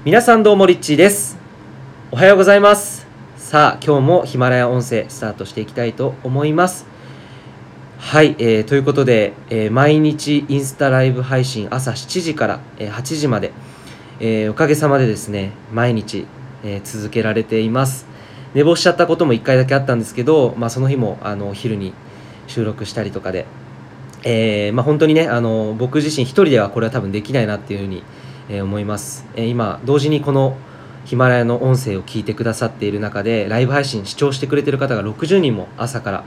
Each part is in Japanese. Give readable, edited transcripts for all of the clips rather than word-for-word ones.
皆さんどうもリッチーです。おはようございます。さあ今日もヒマラヤ音声スタートしていきたいと思います。はい、ということで、毎日インスタライブ配信朝7時から、8時まで、おかげさまでですね毎日、続けられています。寝坊しちゃったことも1回だけあったんですけど、その日もお昼に収録したりとかで、本当にね僕自身一人ではこれは多分できないなっていうふうに思います。今同時にこのヒマラヤの音声を聞いてくださっている中でライブ配信視聴してくれている方が60人も朝から、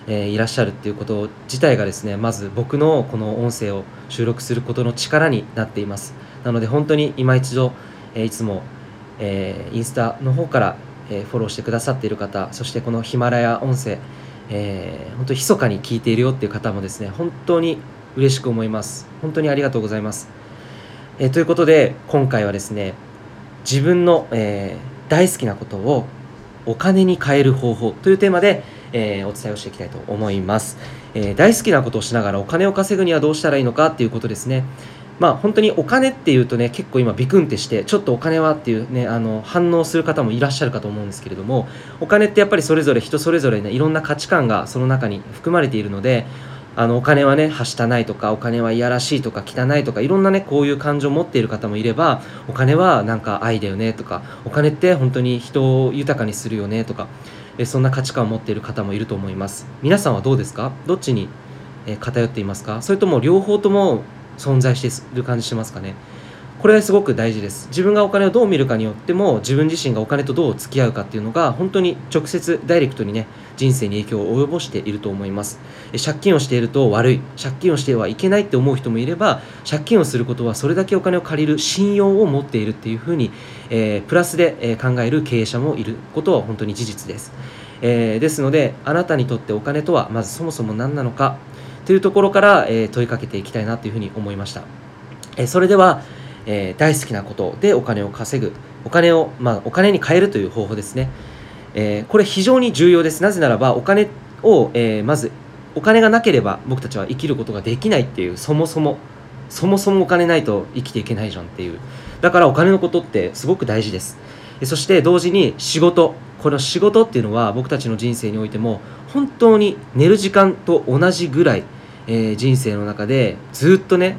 いらっしゃるっていうこと自体がですね、まず僕のこの音声を収録することの力になっています。なので本当に今一度、いつも、インスタの方から、フォローしてくださっている方、そしてこのヒマラヤ音声、本当に密かに聞いているよっていう方もですね本当に嬉しく思います。本当にありがとうございます。ということで今回はですね自分の、大好きなことをお金に変える方法というテーマで、お伝えをしていきたいと思います。大好きなことをしながらお金を稼ぐにはどうしたらいいのかっていうことですね。本当にお金っていうとね結構今ビクンってしてちょっとお金はっていうね反応する方もいらっしゃるかと思うんですけれども、お金ってやっぱりそれぞれ人それぞれねいろんな価値観がその中に含まれているので、お金はねはしたないとかお金はいやらしいとか汚いとかいろんなねこういう感情を持っている方もいれば、お金はなんか愛だよねとかお金って本当に人を豊かにするよねとか、そんな価値観を持っている方もいると思います。皆さんはどうですか？どっちに偏っていますか？それとも両方とも存在している感じしますかね？これすごく大事です。自分がお金をどう見るかによっても自分自身がお金とどう付き合うかっていうのが本当に直接ダイレクトにね人生に影響を及ぼしていると思います。借金をしていると悪い、借金をしてはいけないって思う人もいれば、借金をすることはそれだけお金を借りる信用を持っているっていうふうに、プラスで考える経営者もいることは本当に事実です。ですのであなたにとってお金とはまずそもそも何なのかというところから、問いかけていきたいなというふうに思いました。それでは大好きなことでお金を稼ぐ、お金を、お金に変えるという方法ですね。これ非常に重要です。なぜならばお金を、まずお金がなければ僕たちは生きることができないっていう、そもそもお金ないと生きていけないじゃんっていう、だからお金のことってすごく大事です。そして同時に仕事、この仕事っていうのは僕たちの人生においても本当に寝る時間と同じぐらい、人生の中でずっとね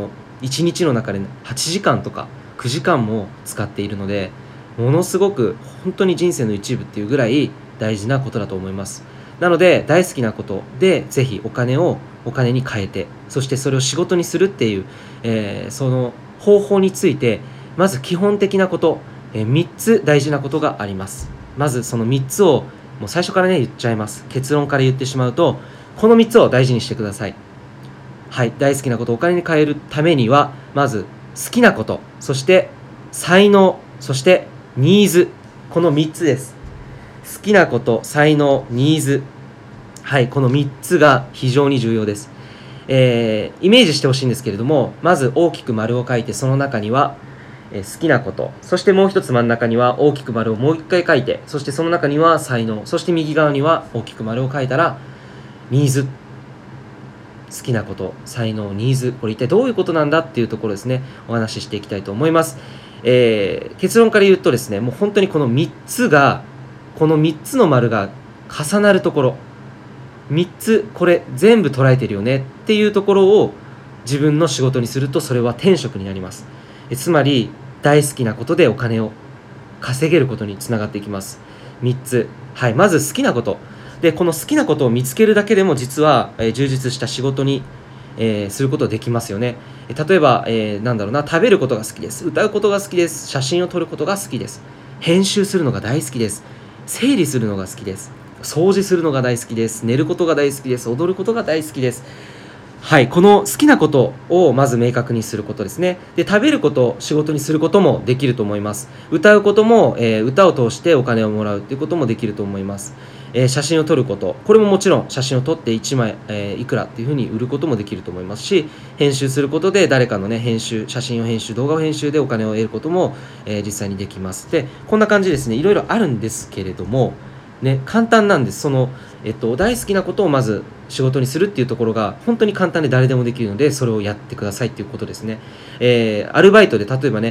1日の中で8時間とか9時間も使っているので、ものすごく本当に人生の一部っていうぐらい大事なことだと思います。なので大好きなことでぜひお金をお金に変えて、そしてそれを仕事にするっていう、その方法についてまず基本的なこと、3つ大事なことがあります。まずその3つをもう最初からね言っちゃいます。結論から言ってしまうとこの3つを大事にしてください。はい、大好きなことをお金に変えるためにはまず好きなこと、そして才能、そしてニーズ、この3つです。好きなこと、才能、ニーズ、はい、この3つが非常に重要です。イメージしてほしいんですけれども、まず大きく丸を書いてその中には好きなこと、そしてもう一つ真ん中には大きく丸をもう一回書いて、そしてその中には才能、そして右側には大きく丸を書いたらニーズ、好きなこと、才能、ニーズ、これ一体どういうことなんだっていうところですね、お話ししていきたいと思います。結論から言うとですね、もう本当にこの3つの丸が重なるところ、3つこれ全部捉えてるよねっていうところを自分の仕事にすると、それは天職になります。つまり大好きなことでお金を稼げることにつながっていきます。3つ、はい、まず好きなことで、この好きなことを見つけるだけでも実は、充実した仕事に、することできますよね。例えば、食べることが好きです、歌うことが好きです、写真を撮ることが好きです、編集するのが大好きです、整理するのが好きです、掃除するのが大好きです、寝ることが大好きです、踊ることが大好きです。はい、この好きなことをまず明確にすることですね。で、食べること、仕事にすることもできると思います。歌うことも、歌を通してお金をもらうということもできると思います。写真を撮ること、これももちろん写真を撮って1枚、いくらっていうふうに売ることもできると思いますし、編集することで誰かのね写真を編集、動画を編集でお金を得ることも、実際にできます。で、こんな感じですね、いろいろあるんですけれどもね、簡単なんです。大好きなことをまず仕事にするっていうところが本当に簡単で誰でもできるので、それをやってくださいっていうことですね。アルバイトで例えばね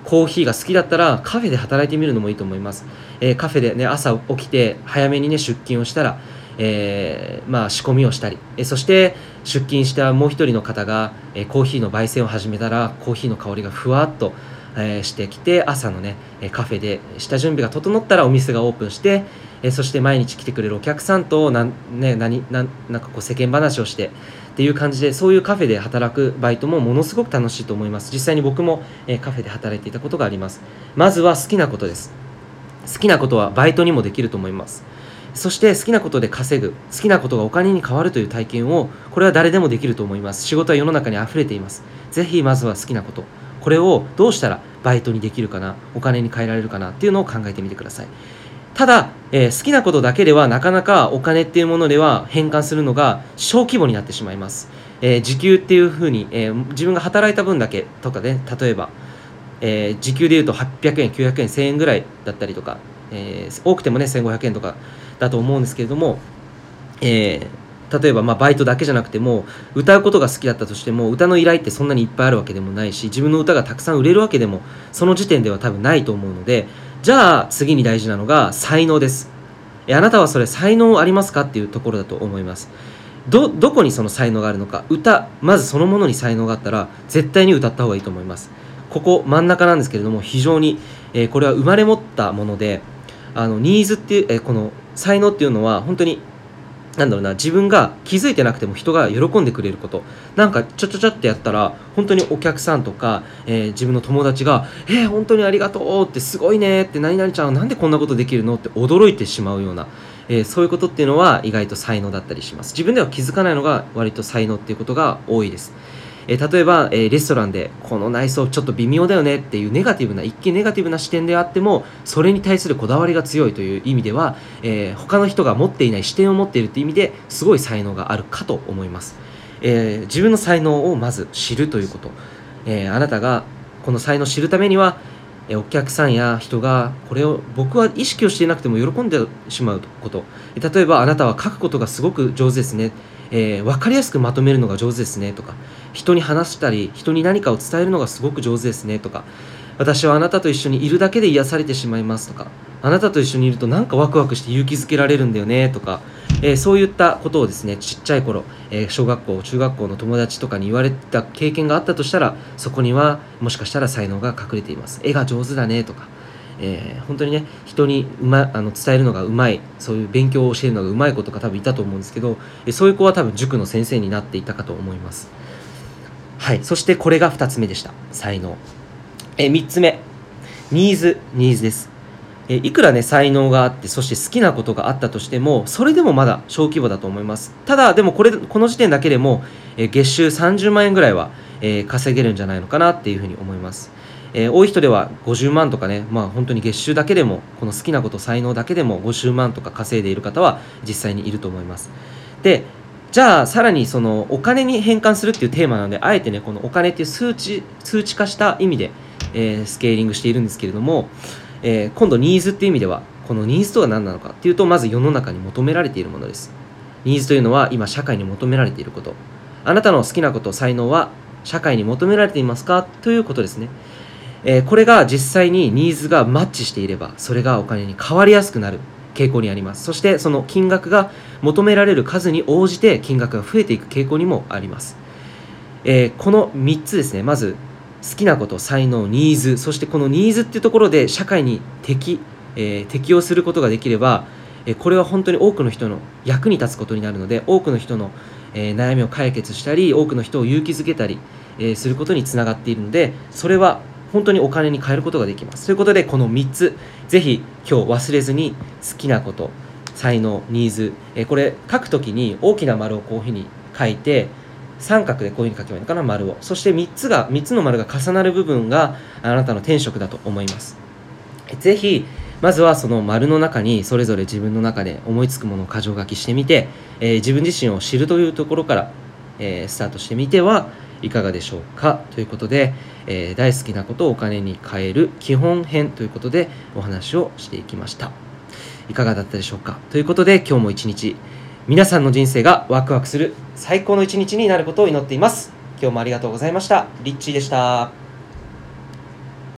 コーヒーが好きだったらカフェで働いてみるのもいいと思います。カフェでね、朝起きて早めにね、出勤をしたら、仕込みをしたり、そして出勤したもう一人の方が、コーヒーの焙煎を始めたら、コーヒーの香りがふわっと、してきて、朝のね、カフェで下準備が整ったらお店がオープンして、そして毎日来てくれるお客さんとなんかこう世間話をしてっていう感じで、そういうカフェで働くバイトもものすごく楽しいと思います。実際に僕も、カフェで働いていたことがあります。まずは好きなことです。好きなことはバイトにもできると思います。そして好きなことで稼ぐ、好きなことがお金に変わるという体験を、これは誰でもできると思います。仕事は世の中に溢れています。ぜひまずは好きなこと、これをどうしたらバイトにできるかな、お金に変えられるかなっていうのを考えてみてください。ただ、好きなことだけではなかなかお金っていうものでは変換するのが小規模になってしまいます。時給っていうふうに、自分が働いた分だけとかね、例えば、時給でいうと800円、900円、1000円ぐらいだったりとか、多くてもね1500円とかだと思うんですけれども、例えばバイトだけじゃなくても、歌うことが好きだったとしても、歌の依頼ってそんなにいっぱいあるわけでもないし、自分の歌がたくさん売れるわけでもその時点では多分ないと思うので、じゃあ次に大事なのが才能です。あなたはそれ才能ありますかっていうところだと思います。どこにその才能があるのか。まずそのものに才能があったら絶対に歌った方がいいと思います。ここ真ん中なんですけれども、非常に、これは生まれ持ったもので、ニーズっていう、この才能っていうのは本当に自分が気づいてなくても人が喜んでくれること、なんかちょってやったら本当にお客さんとか、自分の友達が本当にありがとうって、すごいねって、何々ちゃんなんでこんなことできるのって驚いてしまうような、そういうことっていうのは意外と才能だったりします。自分では気づかないのが割と才能っていうことが多いです。例えば、レストランでこの内装ちょっと微妙だよねっていう一見ネガティブな視点であっても、それに対するこだわりが強いという意味では、他の人が持っていない視点を持っているという意味ですごい才能があるかと思います。自分の才能をまず知るということ、あなたがこの才能を知るためには、お客さんや人がこれを僕は意識をしていなくても喜んでしまうこと、例えばあなたは書くことがすごく上手ですね、分かりやすくまとめるのが上手ですねとか、人に話したり人に何かを伝えるのがすごく上手ですねとか、私はあなたと一緒にいるだけで癒されてしまいますとか、あなたと一緒にいるとなんかワクワクして勇気づけられるんだよねとか、そういったことをですね、ちっちゃい頃、小学校中学校の友達とかに言われた経験があったとしたら、そこにはもしかしたら才能が隠れています。絵が上手だねとか、本当にね、人に伝えるのがうまい、そういう勉強を教えるのがうまい子とか多分いたと思うんですけど、そういう子は多分塾の先生になっていたかと思います。はい、そしてこれが2つ目でした。才能。3つ目、ニーズです。いくらね才能があって、そして好きなことがあったとしても、それでもまだ小規模だと思います。ただでもこの時点だけでも、月収30万円ぐらいは、稼げるんじゃないのかなっていうふうに思います。多い人では50万とかね、本当に月収だけでも、この好きなこと才能だけでも50万とか稼いでいる方は実際にいると思います。で、じゃあさらにそのお金に変換するっていうテーマなので、あえてねこのお金っていう数値化した意味で、スケーリングしているんですけれども、今度ニーズっていう意味では、このニーズとは何なのかっていうと、まず世の中に求められているものです。ニーズというのは今社会に求められていること、あなたの好きなこと才能は社会に求められていますかということですね。これが実際にニーズがマッチしていれば、それがお金に変わりやすくなる傾向にあります。そしてその金額が求められる数に応じて金額が増えていく傾向にもあります。この3つですね。まず好きなこと、才能、ニーズ、そしてこのニーズっていうところで社会に適応することができれば、これは本当に多くの人の役に立つことになるので、多くの人の、悩みを解決したり、多くの人を勇気づけたり、することにつながっているので、それは本当にお金に変えることができます。ということでこの3つ、ぜひ今日忘れずに、好きなこと、才能、ニーズ、これ書くときに大きな丸をこういうふうに書いて、三角でこういうふうに書けばいいのかな、丸を。そして3つの丸が重なる部分があなたの天職だと思います。ぜひまずはその丸の中にそれぞれ自分の中で思いつくものを箇条書きしてみて、自分自身を知るというところから、スタートしてみてはいかがでしょうか。ということで、大好きなことをお金に変える基本編ということでお話をしていきました。いかがだったでしょうか。ということで今日も一日、皆さんの人生がワクワクする最高の一日になることを祈っています。今日もありがとうございました。リッチーでした。